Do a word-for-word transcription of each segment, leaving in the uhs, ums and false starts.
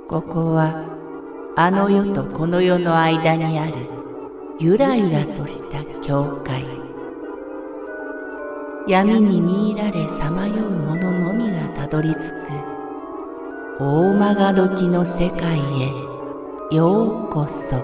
ここはあの世とこの世の間にあるゆらゆらとした境界。闇に見入られさまよう者のみがたどり着く大曲どきの世界へようこそ。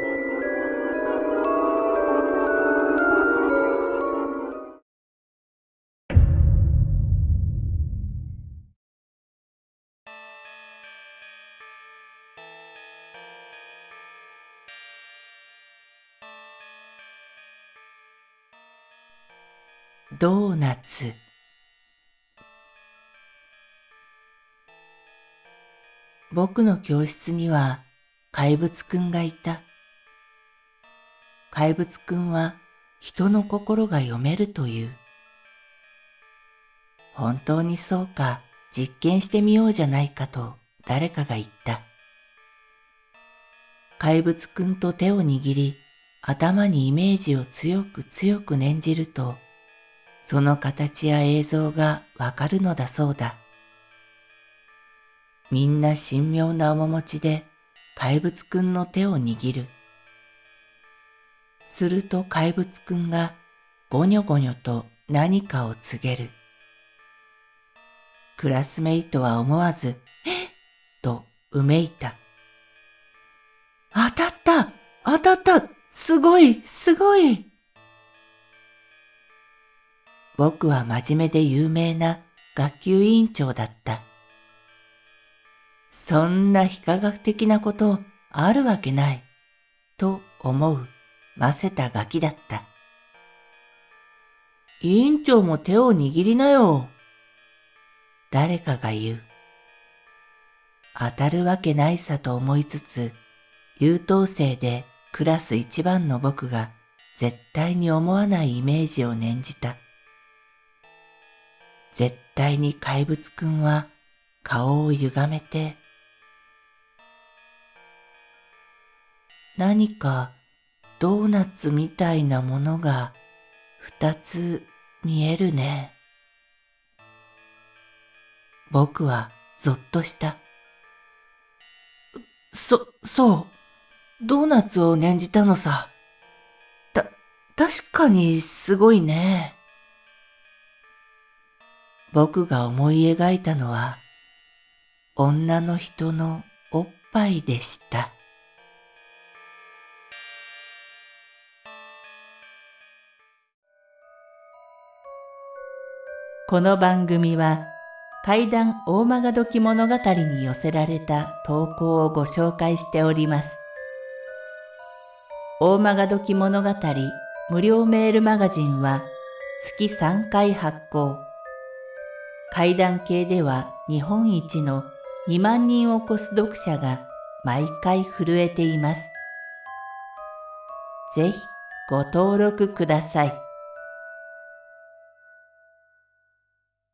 ドーナツ。僕の教室には怪物くんがいた。怪物くんは人の心が読めるという。本当にそうか実験してみようじゃないかと誰かが言った。怪物くんと手を握り頭にイメージを強く強く念じるとその形や映像がわかるのだそうだ。みんな神妙な面持ちで怪物くんの手を握る。すると怪物くんがごにょごにょと何かを告げる。クラスメイトは思わず、えっとうめいた。当たった当たったすごいすごい。僕は真面目で有名な学級委員長だった。そんな非科学的なことあるわけない、と思うませたガキだった。委員長も手を握りなよ。誰かが言う。当たるわけないさと思いつつ、優等生でクラス一番の僕が絶対に思わないイメージを念じた。絶対に怪物くんは顔を歪めて、何かドーナツみたいなものが二つ見えるね。僕はぞっとした。そ、そう、ドーナツを念じたのさ。た、確かにすごいね。僕が思い描いたのは、女の人のおっぱいでした。この番組は怪談大曲どき物語に寄せられた投稿をご紹介しております。大曲どき物語無料メールマガジンは月さんかい発行。怪談系では日本一のにまんにんを超す読者が毎回震えています。ぜひご登録ください。